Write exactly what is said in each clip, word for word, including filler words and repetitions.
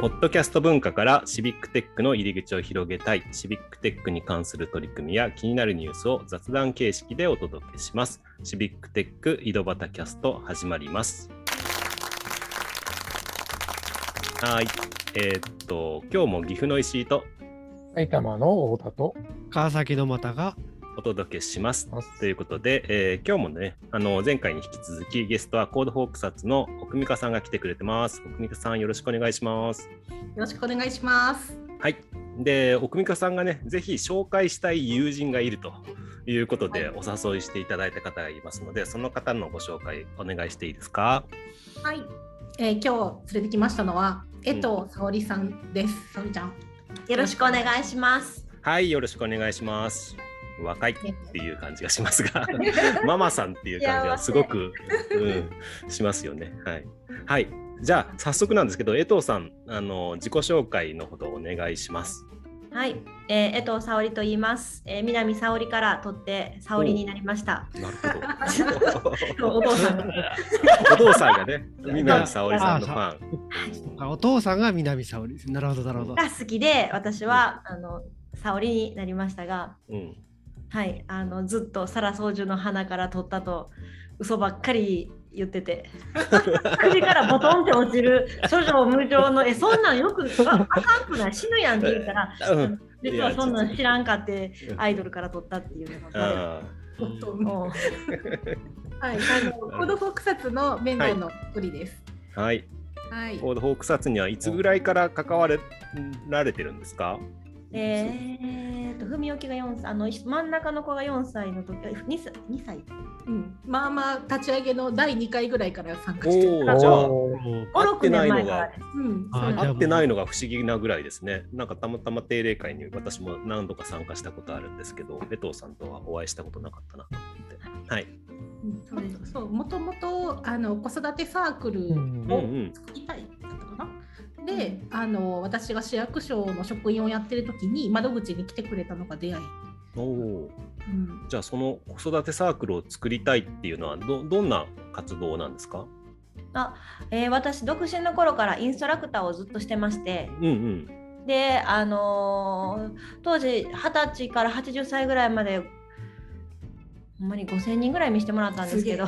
ポッドキャスト文化からシビックテックの入り口を広げたい、シビックテックに関する取り組みや気になるニュースを雑談形式でお届けします。シビックテック井戸端キャスト始まります。はい、えー、っと今日も岐阜の石井と埼玉の太田と川崎の又がお届けしますということで、えー、今日もね、あの前回に引き続きゲストはコードフォークサツの奥美香さんが来てくれてます。奥美香さん、よろしくお願いします。 よろしくお願いします。 はい。で、奥美香さんがね、ぜひ紹介したい友人がいるということで、はい、お誘いしていただいた方がいますので、その方のご紹介お願いしていいですか？ はい。えー、今日連れてきましたのは江藤沙織さんです。沙織ちゃん、 よろしくお願いします。 はい、よろしくお願いします。若いっていう感じがしますがママさんっていう感じがすごく、うん、しますよね。はい、はい、じゃあ早速なんですけど、江藤さん、あの自己紹介のほどお願いします。 はい、えー、江藤沙織と言います。えー、南沙織から取って沙織になりました。 なるほどお父さんがお父さんがね、南沙織さんのファン。お父さんが南沙織です。なるほどなるほど。 が好きで、私は、うん、あの沙織になりましたが、うん、はい、あのずっとサラソウジュの花から取ったと嘘ばっかり言ってて首からボトンって落ちる諸女無常のえそんなんよくあかんくない死ぬやんって言ったら、うん、実はそんなん知らんかってアイドルから取ったっていうのがはい、あのコードフォークサツのメンバーの一人です。 はい、はい、コードフォークサツにはいつぐらいから関わられてるんですか？ えーと文置がよんさい、あの真ん中の子がよんさいの時、にさい、にさい、 うん、まあまあ立ち上げのだいにかいぐらいから参加してる。 おじゃあご、ろくねんまえからです。 会ってないのが不思議なぐらいですね。なんかたまたま定例会に私も何度か参加したことあるんですけど、江藤さんとはお会いしたことなかったなと思って。はい。 うん、そう、もともとあの子育てサークルを作りたいだったかな。で、あの私が市役所の職員をやってる時に窓口に来てくれたのが出会い。 おー、うん、じゃあその子育てサークルを作りたいっていうのは ど, どんな活動なんですか？ あ、えー、私独身の頃からインストラクターをずっとしてまして、うんうん、で、あのー、当時はたちからはちじゅっさいぐらいまでほんまにごせんにんぐらい見せてもらったんですけど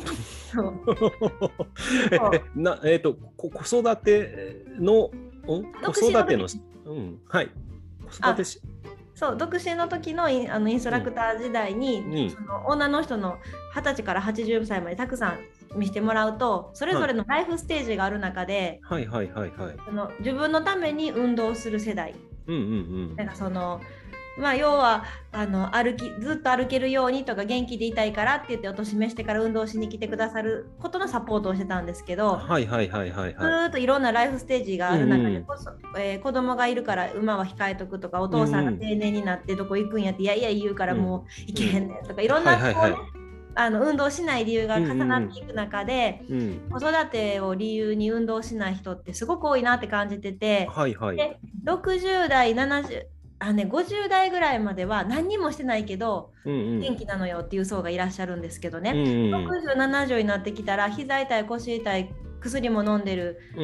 えな、えーと、子育ての子育ての、うん、はい、子育てしそう独身の時のイン、あのインストラクター時代に、うん、その女の人のはたちからはちじゅっさいまでたくさん見せてもらうと、それぞれのライフステージがある中で、 はいはいはいはい、 その自分のために運動する世代、うんうんうん、なんかそのまあ、要はあの歩きずっと歩けるようにとか元気でいたいからって言ってお年めしてから運動しに来てくださることのサポートをしてたんですけど、 はいはいはいはい、はい、 ずっといろんなライフステージがある中でこそ、うんえー、子供がいるから馬は控えとくとか、お父さんが定年になってどこ行くんやって、いやいや言うからもう行けへんねんとか、いろんなこう、ね、はいはいはい、あの運動しない理由が重なっていく中で、うんうん、子育てを理由に運動しない人ってすごく多いなって感じてて、 はいはい、 でろくじゅうだいななじゅうあ、ね、ごじゅうだいぐらいまでは何にもしてないけど、うんうん、元気なのよっていう層がいらっしゃるんですけどね、うんうん、ろくじゅう、ななじゅうになってきたら膝痛い腰痛い薬も飲んでる、うんうん、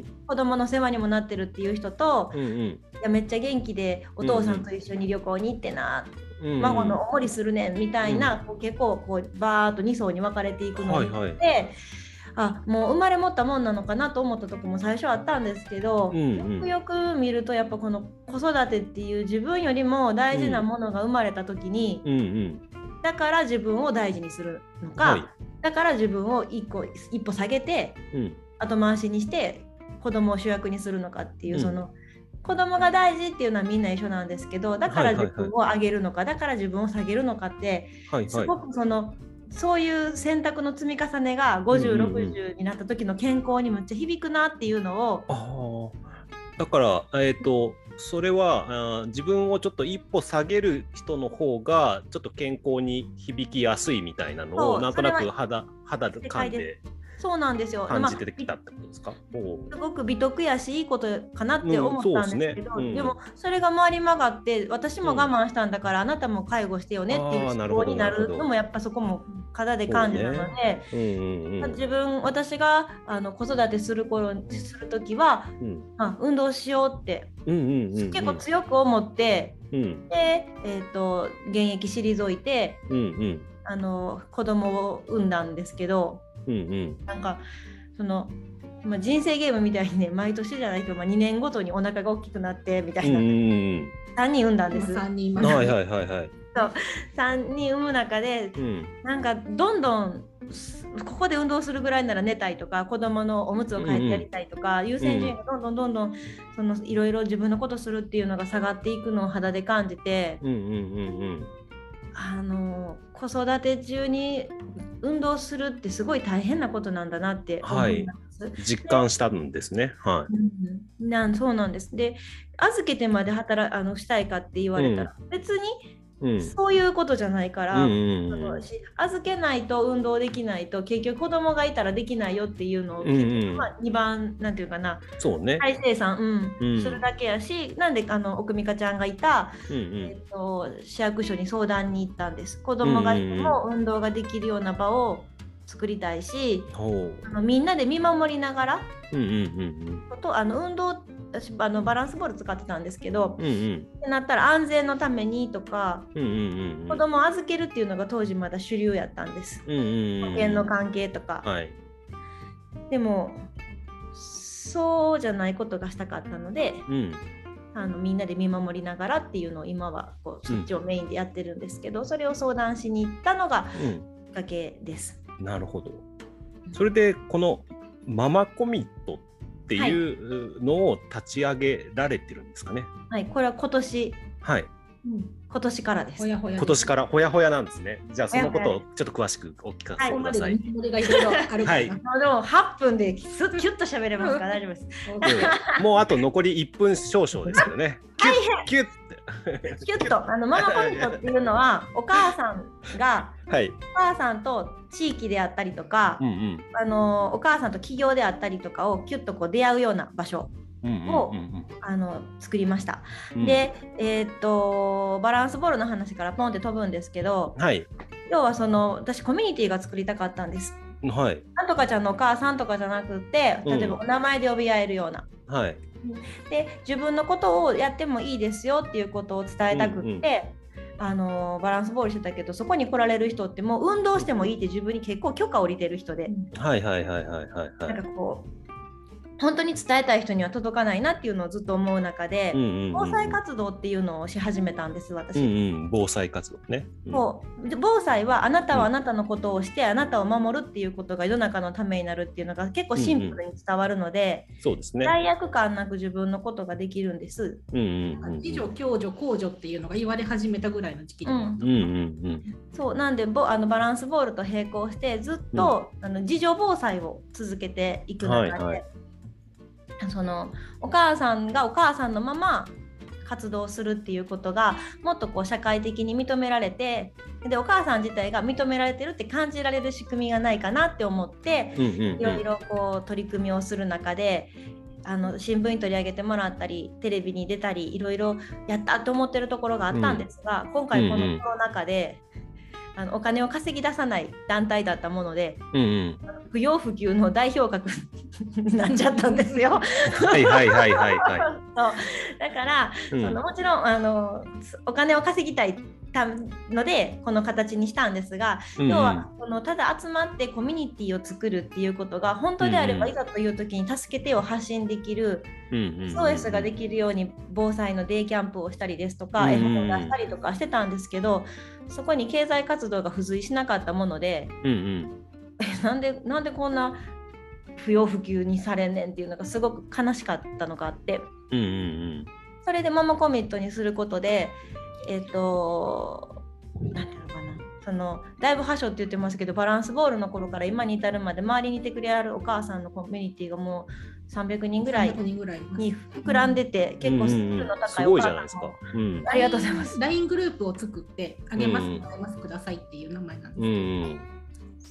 子供の世話にもなってるっていう人と、うんうん、いやめっちゃ元気でお父さんと一緒に旅行に行ってな、うんうん、孫のおもりするねんみたいな、うん、こう結構こうバーッとに層に分かれていくので、はいはい、あもう生まれ持ったもんなのかなと思ったとこも最初あったんですけど、うんうん、よくよく見るとやっぱこの子育てっていう自分よりも大事なものが生まれた時に、うんうんうん、だから自分を大事にするのか、はい、だから自分を一個一歩下げて、うん、後回しにして子供を主役にするのかっていう、うん、その子供が大事っていうのはみんな一緒なんですけど、だから自分を上げるのか、はいはいはい、だから自分を下げるのかって、はいはい、すごくそのそういう選択の積み重ねがごじゅう、ろくじゅうになった時の健康にむっちゃ響くなっていうのを、あだから、えーと、それはあ自分をちょっと一歩下げる人の方がちょっと健康に響きやすいみたいなのをなんとなく肌肌感でそうなんですよ。 感じてきたってことですか？ すごく美徳やしいいことかなって思ったんですけど、うん で, ねうん、でもそれが回り曲がって私も我慢したんだから、うん、あなたも介護してよねっていう思考になるのもやっぱそこも肌で感じたので、ねうんうんうん、自分私があの子育てする頃する時は、うんあ、運動しようって、うんうんうんうん、結構強く思って、うん、で、えーと、現役退いて、うんうん、あの子供を産んだんですけど、うんうん、なんかその、まあ、人生ゲームみたいにね毎年じゃないけど、まあ、にねんごとにお腹が大きくなってみたいな、うんうん、さんにん産んだんです。 さんにんいます、 はいはいはいはい、 そうさんにん産む中で、うん、なんかどんどんここで運動するぐらいなら寝たいとか子供のおむつを変えてやりたいとか、うんうん、優先順位がどんどんどんどんそのいろいろ自分のことするっていうのが下がっていくのを肌で感じて、うんうんうんうん、あの子育て中に運動するってすごい大変なことなんだなって思います、はい、 実感したんですね、はい、 うん、なんそうなんです。で預けてまで働あのしたいかって言われたら、うん、別にうん、そういうことじゃないから、うんうんうん、預けないと運動できないと結局子供がいたらできないよっていうのを、うんうんまあ、にばんなんていうかなそうね再生産、うんうん、するだけやし、なんであの奥美香ちゃんがいた、うんうんえー、と市役所に相談に行ったんです。子供がいても運動ができるような場を作りたいし、うんうん、あのみんなで見守りながら、うんうんうんうん、とあの運動私あのバランスボール使ってたんですけど、うんうん、ってなったら安全のためにとか、うんうんうんうん、子供を預けるっていうのが当時まだ主流やったんです、うんうんうん、保険の関係とか、はい、でもそうじゃないことがしたかったので、うん、あのみんなで見守りながらっていうのを今はこうそっちをメインでやってるんですけど、うん、それを相談しに行ったのがきっかけです、 うん、なるほど。それでこのママコミットっていうのを立ち上げられてるんですかね。 はい、これは今年、 はいうん、今年からです。 ほやほや今年からほやほやなんですね。じゃあそのことをちょっと詳しくお聞かせください。 はい。でもはっぷんでキュッと喋れますから大丈夫です。 うん、もうあと残りいっぷん少々ですけどね。キュッキュッキュッとあのママコミットっていうのはお母さんが、はい、お母さんと地域であったりとか、うんうん、あのお母さんと企業であったりとかをキュッとこう出会うような場所を、うんうんうん、あの作りました、うん、で、えー、っとバランスボールの話からポンって飛ぶんですけど、はい、要はその私コミュニティが作りたかったんです、はい、なんとかちゃんのお母さんとかじゃなくて例えばお名前で呼び合えるような、うんはい、で自分のことをやってもいいですよっていうことを伝えたくって、うんうんあのバランスボールしてたけどそこに来られる人ってもう運動してもいいって自分に結構許可を下りてる人で、 はいはいはいはいはい、 なんかこう本当に伝えたい人には届かないなっていうのをずっと思う中で、うんうんうん、防災活動っていうのをし始めたんです私、うんうん、防災活動ね、 うん、そうで防災はあなたはあなたのことをして、うん、あなたを守るっていうことが世の中のためになるっていうのが結構シンプルに伝わるので、 うんうん、そうですね、 罪悪感なく自分のことができるんです、うんうんうん、自助共助公助っていうのが言われ始めたぐらいの時期で、うんうんうん、 そうなんでボあのバランスボールと並行してずっと、うん、あの自助防災を続けていく中で、はいはい、そのお母さんがお母さんのまま活動するっていうことがもっとこう社会的に認められてでお母さん自体が認められてるって感じられる仕組みがないかなって思って、うんうんうん、いろいろこう取り組みをする中であの新聞に取り上げてもらったりテレビに出たりいろいろやったと思ってるところがあったんですが、うん、今回このコロナ禍で、うんうん、あのお金を稼ぎ出さない団体だったもので、うんうん、不要不急の代表格になっちゃったんですよ。 はいはいはいはいはいそうだから、うん、そのもちろんあのお金を稼ぎたいのでこの形にしたんですが、うん、要はこのただ集まってコミュニティを作るっていうことが本当であれば、うん、いざという時に助けてを発信できる、うん、エスオーエス ができるように防災のデイキャンプをしたりですとか、うん、絵本を出したりとかしてたんですけどそこに経済活動が付随しなかったもので、うんうん、なんでなんでこんな不要不急にされんねんっていうのがすごく悲しかったのがあって、うんうんうん、それでママコミットにすることでえっとなんていうのかなそのだいぶ端折って言ってますけどバランスボールの頃から今に至るまで周りにいてくれあるお母さんのコミュニティがもうさんびゃくにんぐらいに膨らんでて、うん、結構スキルの高いお母さんも、うんうん、ありがとうございます。 ライン グループを作ってあげます、うん、あげますくださいっていう名前なんですけど、うんうん、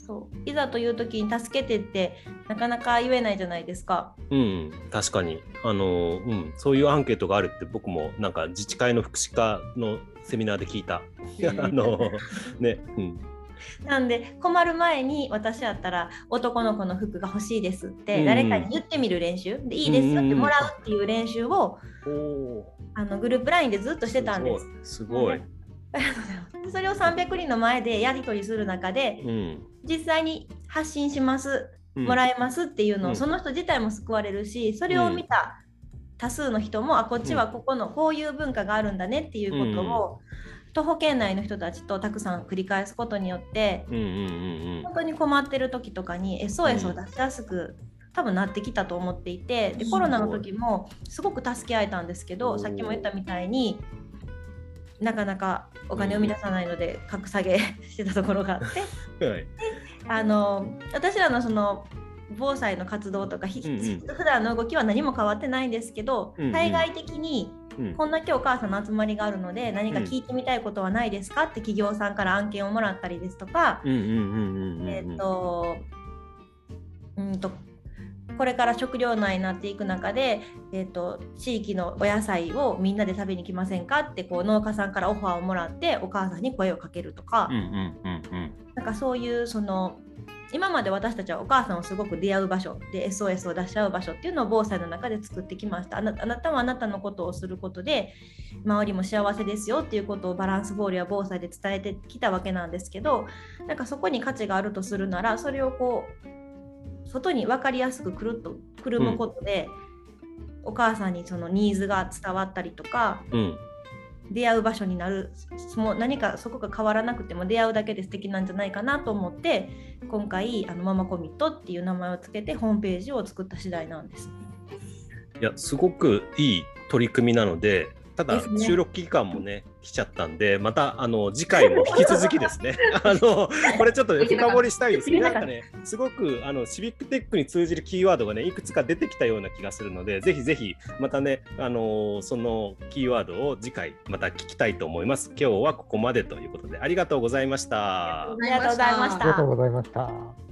そういざという時に助けてってなかなか言えないじゃないですか。 うん、確かにあの、うん、そういうアンケートがあるって僕もなんか自治会の福祉課のセミナーで聞いた。あのね、うん。 なんで困る前に私やったら男の子の服が欲しいですって誰かに言ってみる練習で、いいですよってもらうっていう練習を、うん、あのグループラインでずっとしてたんです。 すごい。 それをさんびゃくにんの前でやり取りする中で、うん、実際に発信します、うん、もらえますっていうのを、うん、その人自体も救われるし、それを見た多数の人も、うん、あこっちはここのこういう文化があるんだねっていうことを、うん、徒歩圏内の人たちとたくさん繰り返すことによって、うんうんうんうん、本当に困ってる時とかに エスオーエス を出しやすく、うん、多分なってきたと思っていて、でコロナの時もすごく助け合えたんですけど、さっきも言ったみたいになかなかお金を生み出さないので格下げしてたところがあって、はい、あの私らのその防災の活動とか、うんうん、普段の動きは何も変わってないんですけど、うんうん、対外的に、うん、こんな今日お母さんの集まりがあるので何か聞いてみたいことはないですかって企業さんから案件をもらったりですとか、えっとうんとこれから食糧難になっていく中で、えーと、地域のお野菜をみんなで食べに来ませんかってこう農家さんからオファーをもらってお母さんに声をかけるとか、うんうんうんうん、なんかそういうその今まで私たちはお母さんをすごく出会う場所で エスオーエス を出し合う場所っていうのを防災の中で作ってきました。あな、あなたはあなたのことをすることで周りも幸せですよっていうことをバランスボールや防災で伝えてきたわけなんですけど、なんかそこに価値があるとするならそれをこう外に分かりやすくくるっとくるむことで、うん、お母さんにそのニーズが伝わったりとか、うん、出会う場所になる、もう何かそこが変わらなくても出会うだけで素敵なんじゃないかなと思って今回あのママコミットっていう名前をつけてホームページを作った次第なんです。 いやすごくいい取り組みなので、ただ収録期間もね来ちゃったんで、またあの次回も引き続きですねあのこれちょっと、ね、深掘りしたいですけど、なんかねすごくあのシビックテックに通じるキーワードがねいくつか出てきたような気がするので、ぜひぜひまたねあのそのキーワードを次回また聞きたいと思います。今日はここまでということでありがとうございました。 ありがとうございました。 ありがとうございました。